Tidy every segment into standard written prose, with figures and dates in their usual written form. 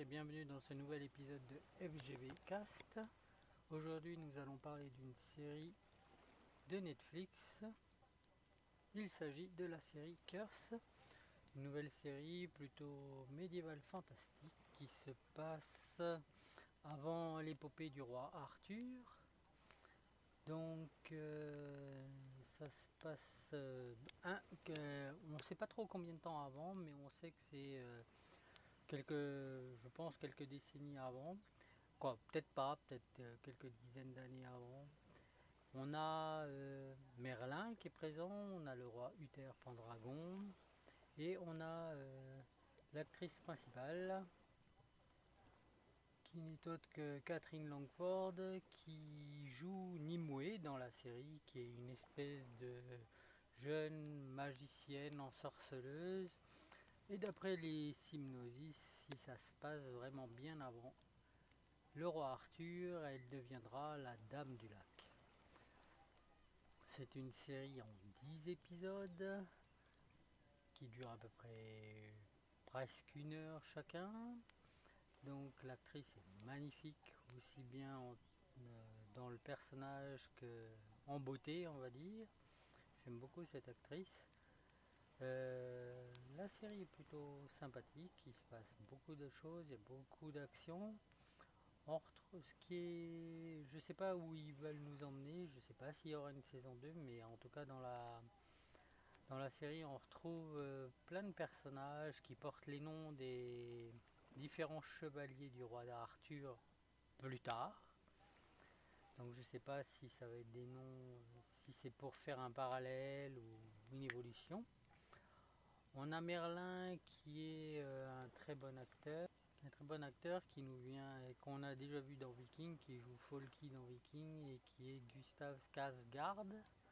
et bienvenue dans ce nouvel épisode de FGV Cast. Aujourd'hui nous allons parler d'une série de Netflix. Il s'agit de la série Curse, une nouvelle série plutôt médiévale fantastique qui se passe avant l'épopée du roi Arthur. Donc ça se passe, on ne sait pas trop combien de temps avant, mais on sait que c'est je pense quelques décennies avant, quoi, peut-être pas, peut-être quelques dizaines d'années avant. On a Merlin qui est présent, on a le roi Uther Pendragon, et on a l'actrice principale, qui n'est autre que Catherine Langford, qui joue Nimue dans la série, qui est une espèce de jeune magicienne ensorceleuse. Et d'après les Simnosis, si ça se passe vraiment bien avant le roi Arthur, elle deviendra la Dame du Lac. C'est une série en 10 épisodes qui dure à peu près presque 1 heure chacun. Donc l'actrice est magnifique, aussi bien dans le personnage que en beauté, on va dire. J'aime beaucoup cette actrice. La série est plutôt sympathique, il se passe beaucoup de choses, il y a beaucoup d'actions. On retrouve ce qui est. Je sais pas où ils veulent nous emmener, je sais pas s'il y aura une saison 2, mais en tout cas dans la série on retrouve plein de personnages qui portent les noms des différents chevaliers du roi d'Arthur plus tard. Donc je sais pas si ça va être des noms, si c'est pour faire un parallèle ou une évolution. On a Merlin qui est un très bon acteur qui nous vient et qu'on a déjà vu dans Viking, qui joue Folky dans Viking et qui est Gustav Skarsgård.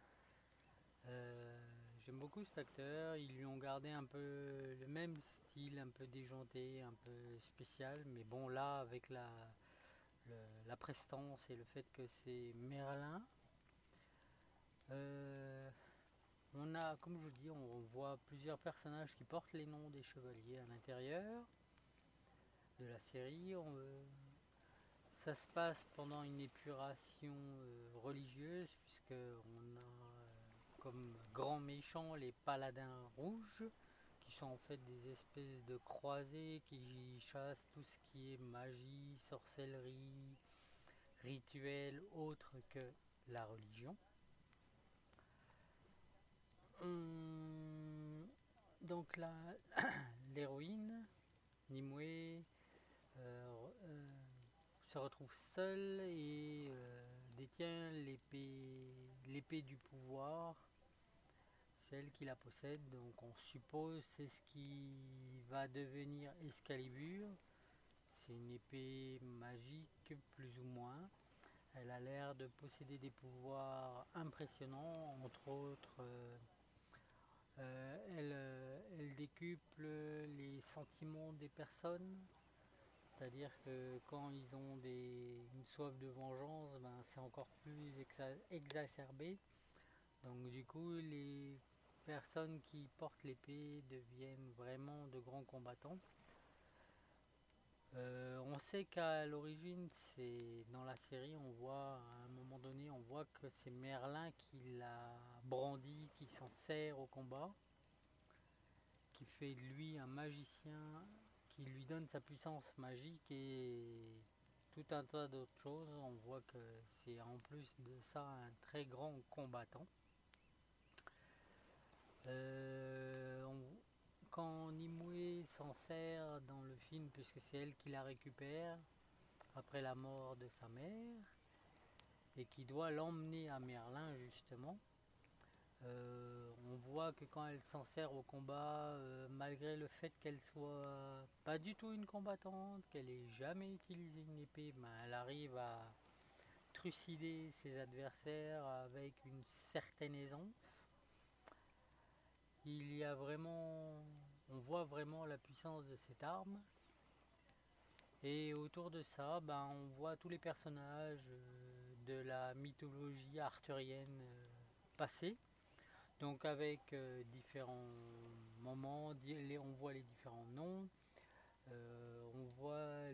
J'aime beaucoup cet acteur, ils lui ont gardé un peu le même style, un peu déjanté, un peu spécial, mais bon là avec la prestance et le fait que c'est Merlin. On a, comme je vous dis, on voit plusieurs personnages qui portent les noms des chevaliers à l'intérieur de la série. Ça se passe pendant une épuration religieuse, puisque on a comme grands méchants les paladins rouges, qui sont en fait des espèces de croisés qui chassent tout ce qui est magie, sorcellerie, rituel autre que la religion. Donc l'héroïne, Nimue, se retrouve seule et détient l'épée du pouvoir. C'est elle qui la possède, donc on suppose c'est ce qui va devenir Excalibur. C'est une épée magique, plus ou moins. Elle a l'air de posséder des pouvoirs impressionnants, entre autres, elle décuple les sentiments des personnes. C'est-à-dire que quand ils ont une soif de vengeance, ben, c'est encore plus exacerbé. Donc du coup, les personnes qui portent l'épée deviennent vraiment de grands combattants. On sait qu'à l'origine, c'est dans la série, on voit à un moment donné, on voit que c'est Merlin qui l'a brandi, qui s'en sert au combat, qui fait de lui un magicien, qui lui donne sa puissance magique et tout un tas d'autres choses. On voit que c'est en plus de ça un très grand combattant. Quand Nimue s'en sert dans le film, puisque c'est elle qui la récupère après la mort de sa mère et qui doit l'emmener à Merlin justement, on voit que quand elle s'en sert au combat, malgré le fait qu'elle soit pas du tout une combattante, qu'elle ait jamais utilisé une épée, ben, elle arrive à trucider ses adversaires avec une certaine aisance. Il y a vraiment, on voit vraiment la puissance de cette arme. Et autour de ça, ben, on voit tous les personnages de la mythologie arthurienne passée. Donc avec différents moments, on voit les différents noms, on voit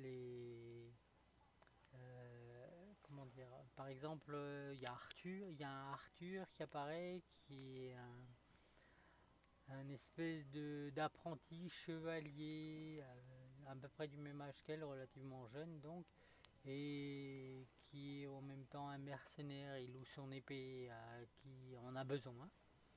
dire, par exemple, il y a un Arthur qui apparaît, qui est un espèce de d'apprenti chevalier, à peu près du même âge qu'elle, relativement jeune donc, et qui est en même temps un mercenaire. Il loue son épée à qui en a besoin.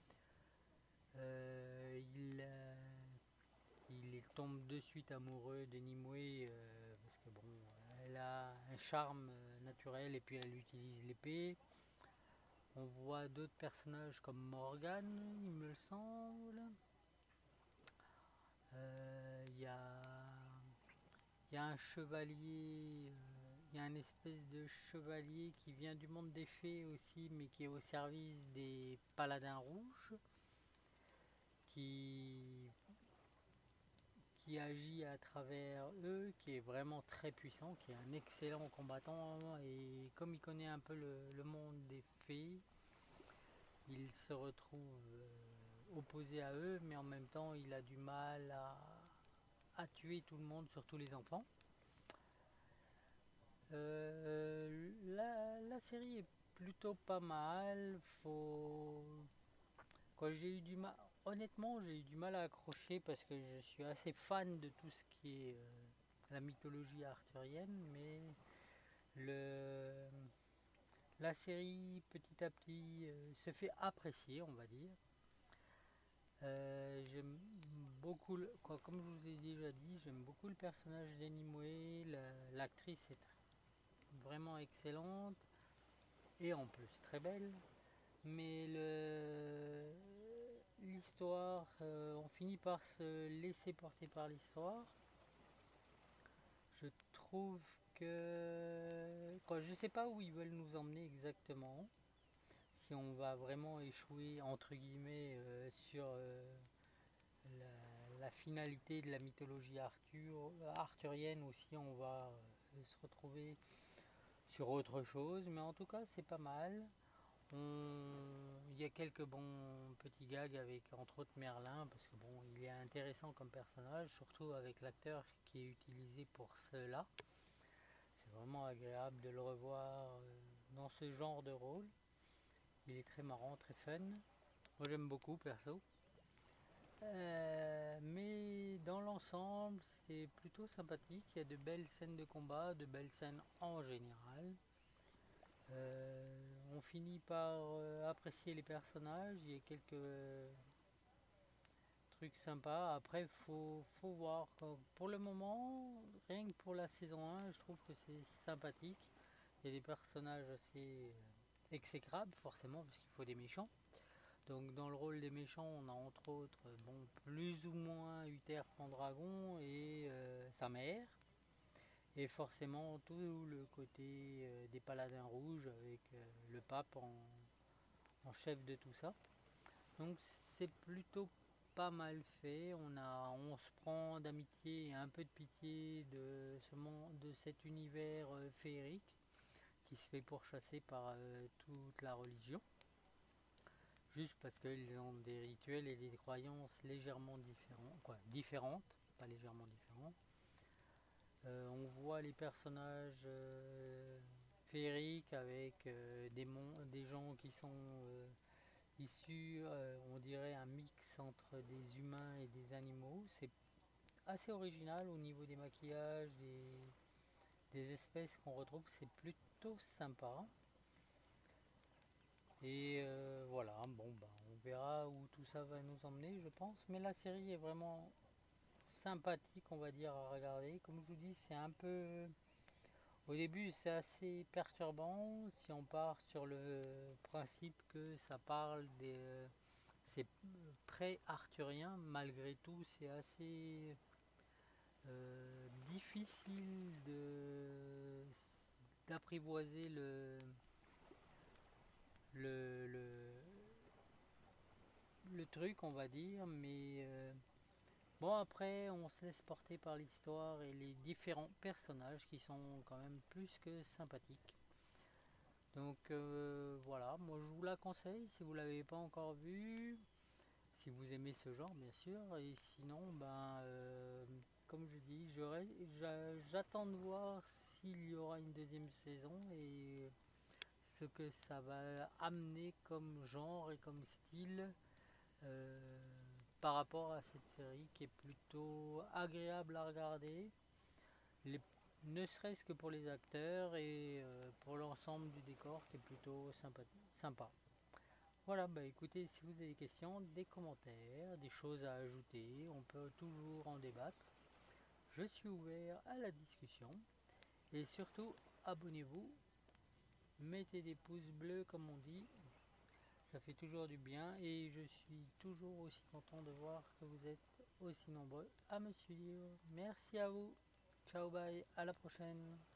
Euh, il, euh, il tombe de suite amoureux de Nimue, parce que bon, elle a un charme naturel et puis elle utilise l'épée. On voit d'autres personnages comme Morgan, il me semble. Il y a un chevalier, il y a un espèce de chevalier qui vient du monde des fées aussi, mais qui est au service des paladins rouges, qui, qui agit à travers eux, qui est vraiment très puissant, qui est un excellent combattant, et comme il connaît un peu le monde des fées, il se retrouve opposé à eux, mais en même temps il a du mal à tuer tout le monde, surtout les enfants. La série est plutôt pas mal. Quoi, j'ai eu du mal. Honnêtement, j'ai eu du mal à accrocher parce que je suis assez fan de tout ce qui est la mythologie arthurienne, mais le... la série petit à petit se fait apprécier, on va dire. J'aime beaucoup, quoi, comme je vous ai déjà dit, j'aime beaucoup le personnage d'Animue. L'actrice est vraiment excellente et en plus très belle. Mais l'histoire, on finit par se laisser porter par l'histoire. Je trouve que, quoi, je sais pas où ils veulent nous emmener exactement. Si on va vraiment échouer entre guillemets sur la finalité de la mythologie arthurienne, ou si on va se retrouver sur autre chose. Mais en tout cas, c'est pas mal. Il y a quelques bons petits gags avec entre autres Merlin, parce que bon, il est intéressant comme personnage, surtout avec l'acteur qui est utilisé pour cela. C'est vraiment agréable de le revoir dans ce genre de rôle. Il est très marrant, très fun. Moi j'aime beaucoup perso. Mais dans l'ensemble, c'est plutôt sympathique. Il y a de belles scènes de combat, de belles scènes en général. On finit par apprécier les personnages. Il y a quelques trucs sympas. Après, faut voir. Pour le moment, rien que pour la saison 1, je trouve que c'est sympathique. Il y a des personnages assez exécrables, forcément, parce qu'il faut des méchants. Donc, dans le rôle des méchants, on a entre autres, bon, plus ou moins Uther Pendragon et sa mère. Et forcément, tout le côté des paladins rouges avec le pape en chef de tout ça. Donc c'est plutôt pas mal fait. On se prend d'amitié et un peu de pitié de de cet univers féerique qui se fait pourchasser par toute la religion, juste parce qu'ils ont des rituels et des croyances légèrement différentes, pas légèrement différentes. On voit les personnages féeriques avec des gens qui sont issus, on dirait, un mix entre des humains et des animaux. C'est assez original au niveau des maquillages, des espèces qu'on retrouve. C'est plutôt sympa. Et voilà, bon, bah, on verra où tout ça va nous emmener, je pense. Mais la série est vraiment sympathique, on va dire, à regarder. Comme je vous dis, c'est un peu... Au début, c'est assez perturbant si on part sur le principe que ça parle des... c'est pré-arthurien, malgré tout, c'est assez difficile d'apprivoiser le, le, le truc, on va dire, mais bon, après, on se laisse porter par l'histoire et les différents personnages qui sont quand même plus que sympathiques. Donc voilà, moi je vous la conseille si vous l'avez pas encore vue, si vous aimez ce genre bien sûr, et sinon ben comme je dis, j'attends de voir s'il y aura une deuxième saison, et ce que ça va amener comme genre et comme style par rapport à cette série qui est plutôt agréable à regarder, les- ne serait-ce que pour les acteurs et pour l'ensemble du décor qui est plutôt sympa. Voilà, bah écoutez, si vous avez des questions, des commentaires, des choses à ajouter, on peut toujours en débattre. Je suis ouvert à la discussion et surtout abonnez-vous, mettez des pouces bleus comme on dit, ça fait toujours du bien et je suis toujours aussi content de voir que vous êtes aussi nombreux à me suivre. Merci à vous, ciao bye, à la prochaine.